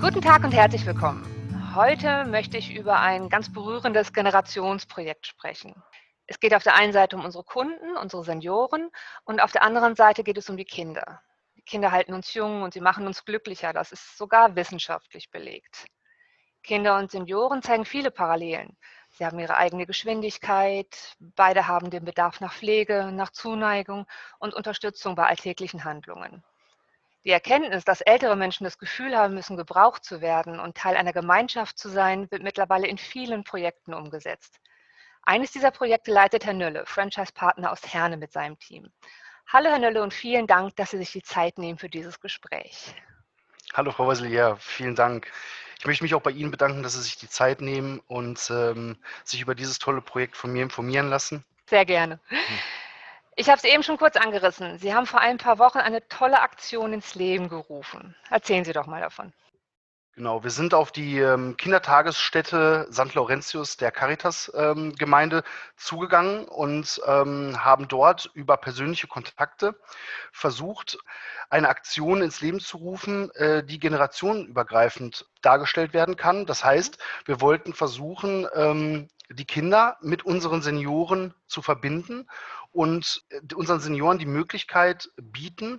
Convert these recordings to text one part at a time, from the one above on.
Guten Tag und herzlich willkommen. Heute möchte ich über ein ganz berührendes Generationsprojekt sprechen. Es geht auf der einen Seite um unsere Kunden, unsere Senioren, und auf der anderen Seite geht es um die Kinder. Die Kinder halten uns jung und sie machen uns glücklicher. Das ist sogar wissenschaftlich belegt. Kinder und Senioren zeigen viele Parallelen. Sie haben ihre eigene Geschwindigkeit, beide haben den Bedarf nach Pflege, nach Zuneigung und Unterstützung bei alltäglichen Handlungen. Die Erkenntnis, dass ältere Menschen das Gefühl haben müssen, gebraucht zu werden und Teil einer Gemeinschaft zu sein, wird mittlerweile in vielen Projekten umgesetzt. Eines dieser Projekte leitet Herr Nölle, Franchise-Partner aus Herne, mit seinem Team. Hallo Herr Nölle und vielen Dank, dass Sie sich die Zeit nehmen für dieses Gespräch. Hallo Frau Vasilier, vielen Dank. Ich möchte mich auch bei Ihnen bedanken, dass Sie sich die Zeit nehmen und sich über dieses tolle Projekt von mir informieren lassen. Sehr gerne. Hm. Ich habe es eben schon kurz angerissen. Sie haben vor ein paar Wochen eine tolle Aktion ins Leben gerufen. Erzählen Sie doch mal davon. Genau, wir sind auf die Kindertagesstätte St. Laurentius der Caritas-Gemeinde zugegangen und haben dort über persönliche Kontakte versucht, eine Aktion ins Leben zu rufen, die generationenübergreifend dargestellt werden kann. Das heißt, wir wollten versuchen, die Kinder mit unseren Senioren zu verbinden und unseren Senioren die Möglichkeit bieten,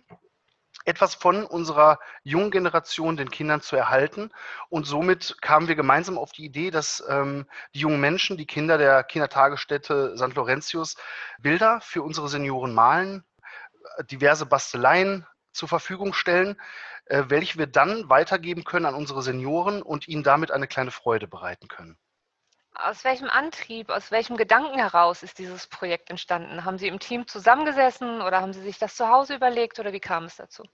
etwas von unserer jungen Generation den Kindern zu erhalten. Und somit kamen wir gemeinsam auf die Idee, dass die jungen Menschen, die Kinder der Kindertagesstätte St. Laurentius, Bilder für unsere Senioren malen, diverse Basteleien zur Verfügung stellen, welche wir dann weitergeben können an unsere Senioren und ihnen damit eine kleine Freude bereiten können. Aus welchem Antrieb, aus welchem Gedanken heraus ist dieses Projekt entstanden? Haben Sie im Team zusammengesessen oder haben Sie sich das zu Hause überlegt oder wie kam es dazu?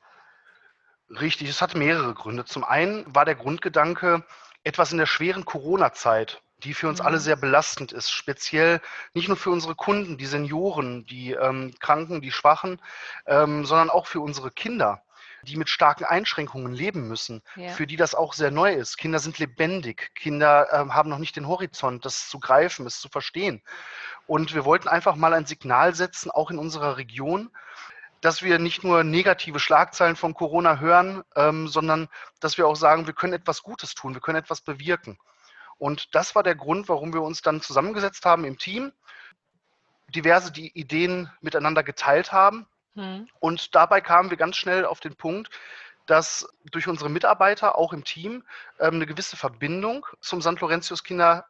Richtig, es hat mehrere Gründe. Zum einen war der Grundgedanke, etwas in der schweren Corona-Zeit, die für uns alle Mhm. sehr belastend ist, speziell nicht nur für unsere Kunden, die Senioren, die Kranken, die Schwachen, sondern auch für unsere Kinder, die mit starken Einschränkungen leben müssen, Ja. für die das auch sehr neu ist. Kinder sind lebendig, Kinder haben noch nicht den Horizont, das zu greifen, es zu verstehen. Und wir wollten einfach mal ein Signal setzen, auch in unserer Region, dass wir nicht nur negative Schlagzeilen von Corona hören, sondern dass wir auch sagen, wir können etwas Gutes tun, wir können etwas bewirken. Und das war der Grund, warum wir uns dann zusammengesetzt haben im Team, diverse die Ideen miteinander geteilt haben. Mhm. Und dabei kamen wir ganz schnell auf den Punkt, dass durch unsere Mitarbeiter auch im Team eine gewisse Verbindung zum St. Laurentius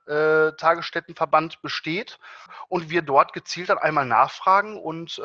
Kindertagesstättenverband besteht und wir dort gezielt dann einmal nachfragen und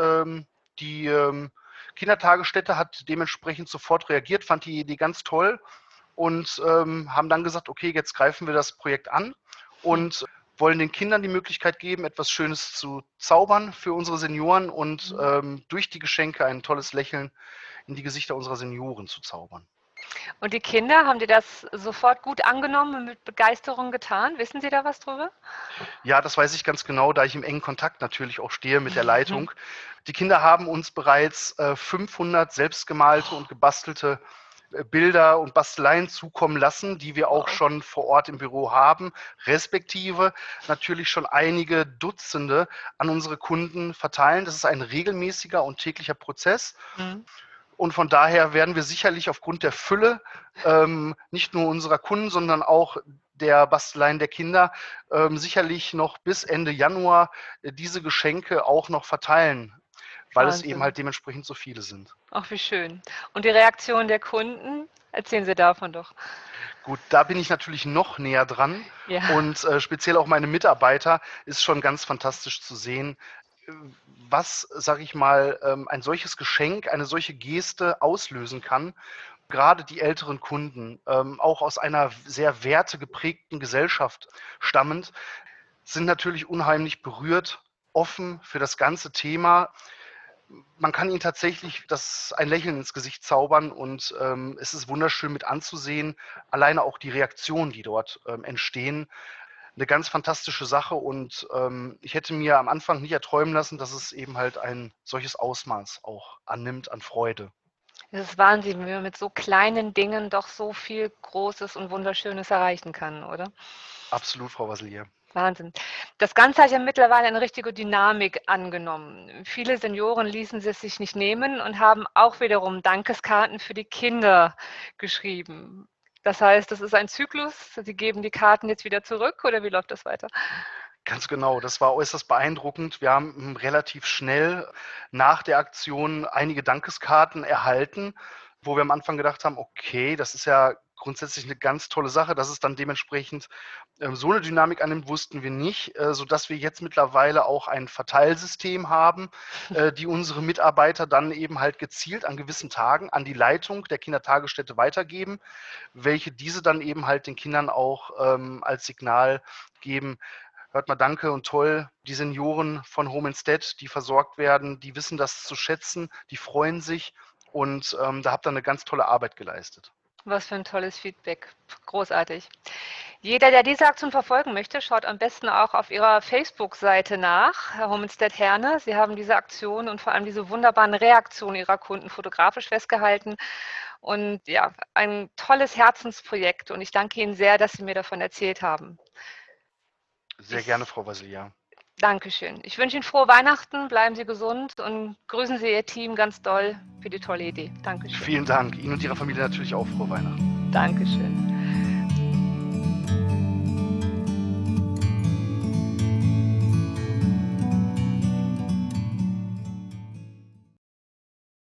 die Kindertagesstätte hat dementsprechend sofort reagiert, fand die Idee ganz toll und haben dann gesagt, okay, jetzt greifen wir das Projekt an und wollen den Kindern die Möglichkeit geben, etwas Schönes zu zaubern für unsere Senioren und Mhm. durch die Geschenke ein tolles Lächeln in die Gesichter unserer Senioren zu zaubern. Und die Kinder, haben die das sofort gut angenommen und mit Begeisterung getan? Wissen Sie da was drüber? Ja, das weiß ich ganz genau, da ich im engen Kontakt natürlich auch stehe mit der Leitung. Die Kinder haben uns bereits 500 selbstgemalte und gebastelte Bilder und Basteleien zukommen lassen, die wir auch Wow. schon vor Ort im Büro haben, respektive natürlich schon einige Dutzende an unsere Kunden verteilen. Das ist ein regelmäßiger und täglicher Prozess. Mhm. Und von daher werden wir sicherlich aufgrund der Fülle nicht nur unserer Kunden, sondern auch der Basteleien der Kinder sicherlich noch bis Ende Januar diese Geschenke auch noch verteilen, weil es eben Wahnsinn. halt dementsprechend so viele sind. Ach, wie schön. Und die Reaktion der Kunden? Erzählen Sie davon doch. Gut, da bin ich natürlich noch näher dran Ja. und speziell auch meine Mitarbeiter ist schon ganz fantastisch zu sehen, äh, was, sage ich mal, ein solches Geschenk, eine solche Geste auslösen kann. Gerade die älteren Kunden, auch aus einer sehr wertegeprägten Gesellschaft stammend, sind natürlich unheimlich berührt, offen für das ganze Thema. Man kann ihnen tatsächlich ein Lächeln ins Gesicht zaubern und es ist wunderschön mit anzusehen. Alleine auch die Reaktionen, die dort entstehen, eine ganz fantastische Sache und ich hätte mir am Anfang nicht erträumen lassen, dass es eben halt ein solches Ausmaß auch annimmt an Freude. Es ist Wahnsinn, wie man mit so kleinen Dingen doch so viel Großes und Wunderschönes erreichen kann, oder? Absolut, Frau Vasilier. Wahnsinn. Das Ganze hat ja mittlerweile eine richtige Dynamik angenommen. Viele Senioren ließen es sich nicht nehmen und haben auch wiederum Dankeskarten für die Kinder geschrieben. Das heißt, das ist ein Zyklus. Sie geben die Karten jetzt wieder zurück oder wie läuft das weiter? Ganz genau, das war äußerst beeindruckend. Wir haben relativ schnell nach der Aktion einige Dankeskarten erhalten, wo wir am Anfang gedacht haben, okay, das ist ja grundsätzlich eine ganz tolle Sache, dass es dann dementsprechend so eine Dynamik annimmt, wussten wir nicht, sodass wir jetzt mittlerweile auch ein Verteilsystem haben, die unsere Mitarbeiter dann eben halt gezielt an gewissen Tagen an die Leitung der Kindertagesstätte weitergeben, welche diese dann eben halt den Kindern auch als Signal geben: Hört mal, danke und toll, die Senioren von Home Instead, die versorgt werden, die wissen das zu schätzen, die freuen sich und da habt ihr eine ganz tolle Arbeit geleistet. Was für ein tolles Feedback. Großartig. Jeder, der diese Aktion verfolgen möchte, schaut am besten auch auf Ihrer Facebook-Seite nach, Herr Home Instead Herne. Sie haben diese Aktion und vor allem diese wunderbaren Reaktionen Ihrer Kunden fotografisch festgehalten. Und ja, ein tolles Herzensprojekt. Und ich danke Ihnen sehr, dass Sie mir davon erzählt haben. Sehr gerne, Frau Vasilia. Dankeschön. Ich wünsche Ihnen frohe Weihnachten, bleiben Sie gesund und grüßen Sie Ihr Team ganz doll für die tolle Idee. Dankeschön. Vielen Dank. Ihnen und Ihrer Familie natürlich auch frohe Weihnachten. Dankeschön.